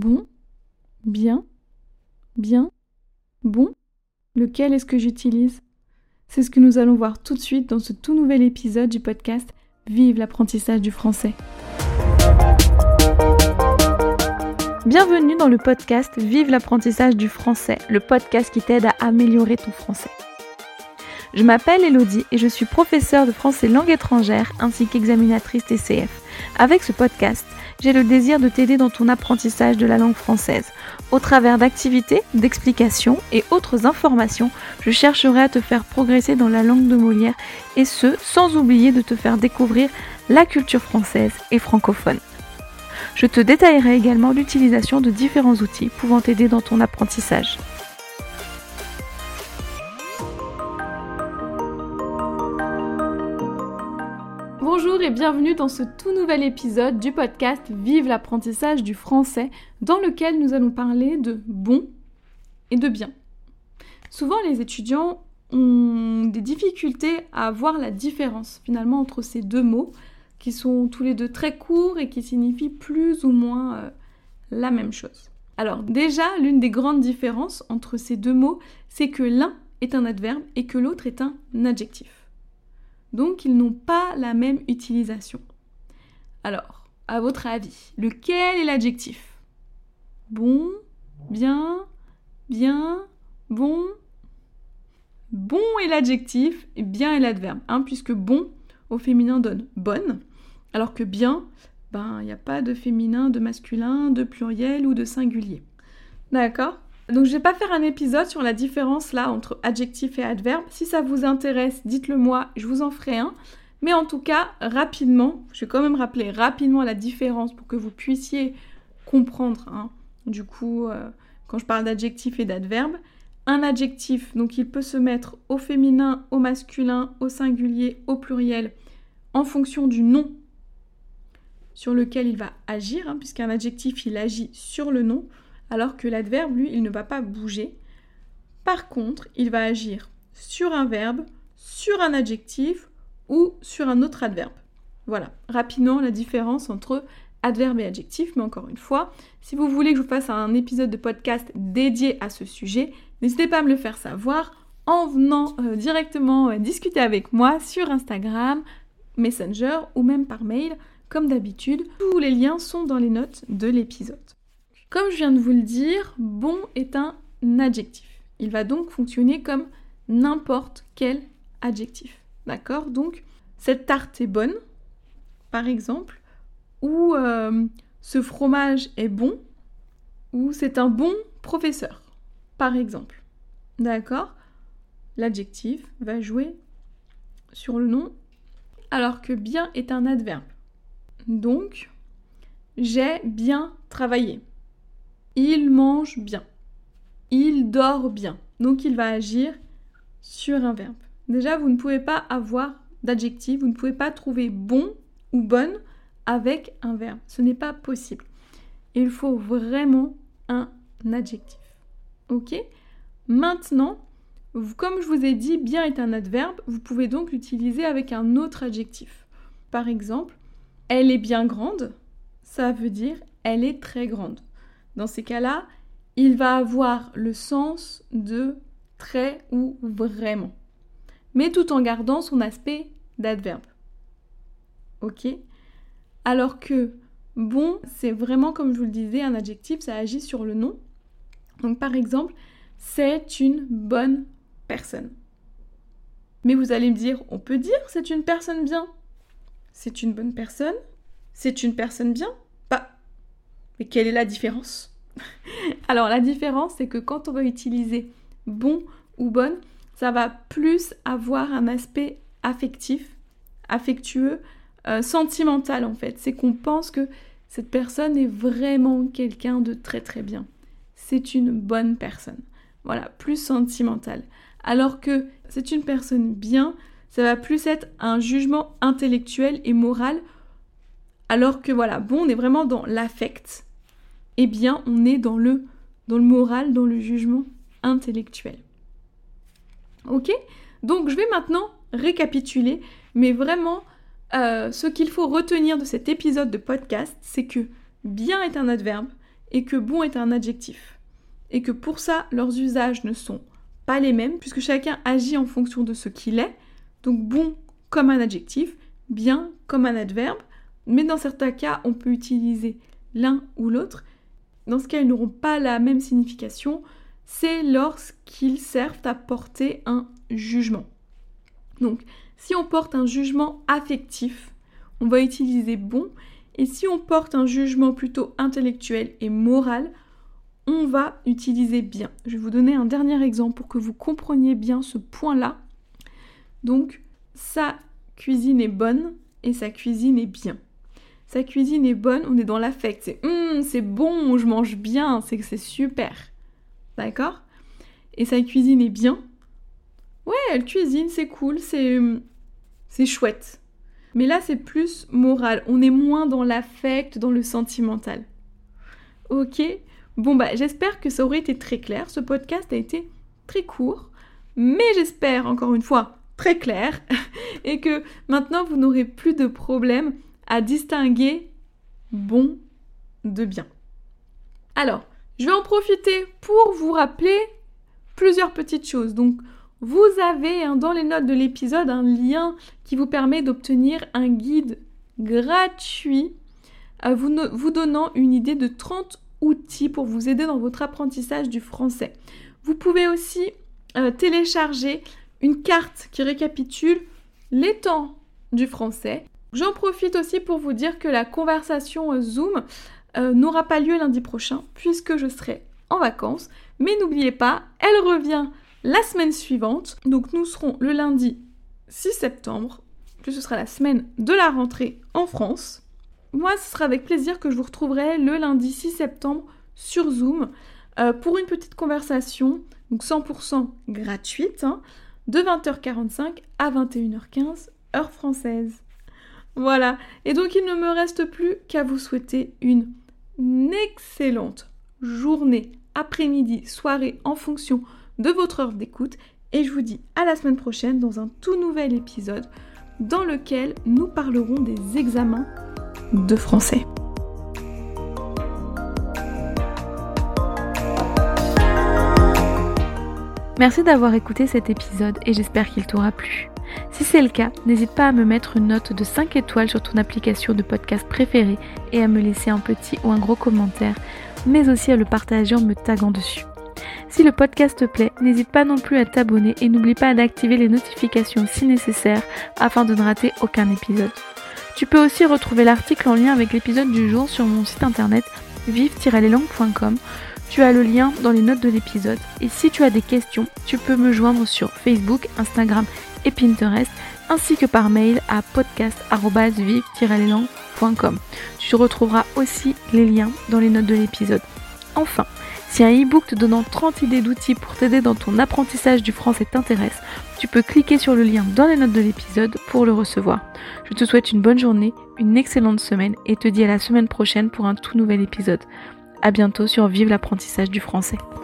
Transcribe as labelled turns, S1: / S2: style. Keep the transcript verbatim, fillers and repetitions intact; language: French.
S1: Bon, bien, bien, bon. Lequel est-ce que j'utilise ? C'est ce que nous allons voir tout de suite dans ce tout nouvel épisode du podcast Vive l'apprentissage du français. Bienvenue dans le podcast Vive l'apprentissage du français, le podcast qui t'aide à améliorer ton français. Je m'appelle Elodie et je suis professeure de français langue étrangère ainsi qu'examinatrice T C F. Avec ce podcast, j'ai le désir de t'aider dans ton apprentissage de la langue française. Au travers d'activités, d'explications et autres informations, je chercherai à te faire progresser dans la langue de Molière et ce, sans oublier de te faire découvrir la culture française et francophone. Je te détaillerai également l'utilisation de différents outils pouvant t'aider dans ton apprentissage. Bonjour et bienvenue dans ce tout nouvel épisode du podcast Vive l'apprentissage du français, dans lequel nous allons parler de bon et de bien. Souvent les étudiants ont des difficultés à voir la différence finalement entre ces deux mots qui sont tous les deux très courts et qui signifient plus ou moins euh, la même chose. Alors déjà, l'une des grandes différences entre ces deux mots, c'est que l'un est un adverbe et que l'autre est un adjectif. Donc, ils n'ont pas la même utilisation. Alors, à votre avis, lequel est l'adjectif ? Bon, bien, bien, bon. Bon est l'adjectif et bien est l'adverbe, hein, puisque bon au féminin donne bonne, alors que bien, ben, il n'y a pas de féminin, de masculin, de pluriel ou de singulier. D'accord ? Donc je vais pas faire un épisode sur la différence là entre adjectif et adverbe. Si ça vous intéresse, dites-le moi, je vous en ferai un. Mais en tout cas, rapidement, je vais quand même rappeler rapidement la différence pour que vous puissiez comprendre. Hein. Du coup, euh, quand je parle d'adjectif et d'adverbe, un adjectif, donc il peut se mettre au féminin, au masculin, au singulier, au pluriel, en fonction du nom sur lequel il va agir, hein, puisqu'un adjectif, il agit sur le nom. Alors que l'adverbe, lui, il ne va pas bouger. Par contre, il va agir sur un verbe, sur un adjectif ou sur un autre adverbe. Voilà, rapidement la différence entre adverbe et adjectif. Mais encore une fois, si vous voulez que je vous fasse un épisode de podcast dédié à ce sujet, n'hésitez pas à me le faire savoir en venant euh, directement euh, discuter avec moi sur Instagram, Messenger ou même par mail, comme d'habitude. Tous les liens sont dans les notes de l'épisode. Comme je viens de vous le dire, bon est un adjectif. Il va donc fonctionner comme n'importe quel adjectif. D'accord ? Donc, cette tarte est bonne, par exemple, ou euh, ce fromage est bon, ou c'est un bon professeur, par exemple. D'accord ? L'adjectif va jouer sur le nom, alors que bien est un adverbe. Donc, j'ai bien travaillé. Il mange bien. Il dort bien. Donc, il va agir sur un verbe. Déjà, vous ne pouvez pas avoir d'adjectif, vous ne pouvez pas trouver bon ou bonne avec un verbe. Ce n'est pas possible. Il faut vraiment un adjectif. Ok ? Maintenant, comme je vous ai dit, bien est un adverbe, vous pouvez donc l'utiliser avec un autre adjectif. Par exemple, elle est bien grande, ça veut dire elle est très grande. Dans ces cas-là, il va avoir le sens de très ou vraiment, mais tout en gardant son aspect d'adverbe. Ok ? Alors que bon, c'est vraiment, comme je vous le disais, un adjectif, ça agit sur le nom. Donc par exemple, c'est une bonne personne. Mais vous allez me dire, on peut dire c'est une personne bien. C'est une bonne personne ? C'est une personne bien ? Pas. Mais quelle est la différence ? Alors la différence, c'est que quand on va utiliser bon ou bonne, ça va plus avoir un aspect affectif, affectueux, euh, sentimental en fait. C'est qu'on pense que cette personne est vraiment quelqu'un de très très bien. C'est une bonne personne. Voilà, plus sentimental. Alors que c'est une personne bien, ça va plus être un jugement intellectuel et moral. Alors que voilà, bon, on est vraiment dans l'affect. Eh bien, on est dans le, dans le moral, dans le jugement intellectuel. Ok ? Donc, je vais maintenant récapituler, mais vraiment, euh, ce qu'il faut retenir de cet épisode de podcast, c'est que bien est un adverbe et que bon est un adjectif. Et que pour ça, leurs usages ne sont pas les mêmes, puisque chacun agit en fonction de ce qu'il est. Donc bon comme un adjectif, bien comme un adverbe, mais dans certains cas, on peut utiliser l'un ou l'autre. Dans ce cas, ils n'auront pas la même signification. C'est lorsqu'ils servent à porter un jugement. Donc, si on porte un jugement affectif, on va utiliser bon. Et si on porte un jugement plutôt intellectuel et moral, on va utiliser bien. Je vais vous donner un dernier exemple pour que vous compreniez bien ce point-là. Donc, sa cuisine est bonne et sa cuisine est bien. Sa cuisine est bonne, on est dans l'affect. C'est hum, c'est bon, je mange bien, c'est que c'est super. D'accord ? Et sa cuisine est bien. Ouais, elle cuisine, c'est cool, c'est, c'est chouette. Mais là, c'est plus moral. On est moins dans l'affect, dans le sentimental. Ok ? Bon, bah, j'espère que ça aurait été très clair. Ce podcast a été très court, mais j'espère, encore une fois, très clair, et que maintenant, vous n'aurez plus de problème à distinguer bon de bien. Alors, je vais en profiter pour vous rappeler plusieurs petites choses. Donc, vous avez hein, dans les notes de l'épisode un lien qui vous permet d'obtenir un guide gratuit euh, vous, no- vous donnant une idée de trente outils pour vous aider dans votre apprentissage du français. Vous pouvez aussi euh, télécharger une carte qui récapitule les temps du français. J'en profite aussi pour vous dire que la conversation euh, Zoom euh, n'aura pas lieu lundi prochain puisque je serai en vacances. Mais n'oubliez pas, elle revient la semaine suivante. Donc nous serons le lundi six septembre, puis ce sera la semaine de la rentrée en France. Moi, ce sera avec plaisir que je vous retrouverai le lundi six septembre sur Zoom euh, pour une petite conversation, donc cent pour cent gratuite, hein, de vingt heures quarante-cinq à vingt et une heures quinze, heure française. Voilà, et donc il ne me reste plus qu'à vous souhaiter une excellente journée, après-midi, soirée en fonction de votre heure d'écoute. Et je vous dis à la semaine prochaine dans un tout nouvel épisode dans lequel nous parlerons des examens de français. Merci d'avoir écouté cet épisode et j'espère qu'il t'aura plu. Si c'est le cas, n'hésite pas à me mettre une note de cinq étoiles sur ton application de podcast préférée et à me laisser un petit ou un gros commentaire, mais aussi à le partager en me taguant dessus. Si le podcast te plaît, n'hésite pas non plus à t'abonner et n'oublie pas d'activer les notifications si nécessaire afin de ne rater aucun épisode. Tu peux aussi retrouver l'article en lien avec l'épisode du jour sur mon site internet vive tiret les langues point com. Tu as le lien dans les notes de l'épisode. Et si tu as des questions, tu peux me joindre sur Facebook, Instagram et Pinterest, ainsi que par mail à podcast arobase vive tiret les langues point com. Tu retrouveras aussi les liens dans les notes de l'épisode. Enfin, si un e-book te donnant trente idées d'outils pour t'aider dans ton apprentissage du français t'intéresse, tu peux cliquer sur le lien dans les notes de l'épisode pour le recevoir. Je te souhaite une bonne journée, une excellente semaine et te dis à la semaine prochaine pour un tout nouvel épisode. À bientôt sur Vive l'apprentissage du français.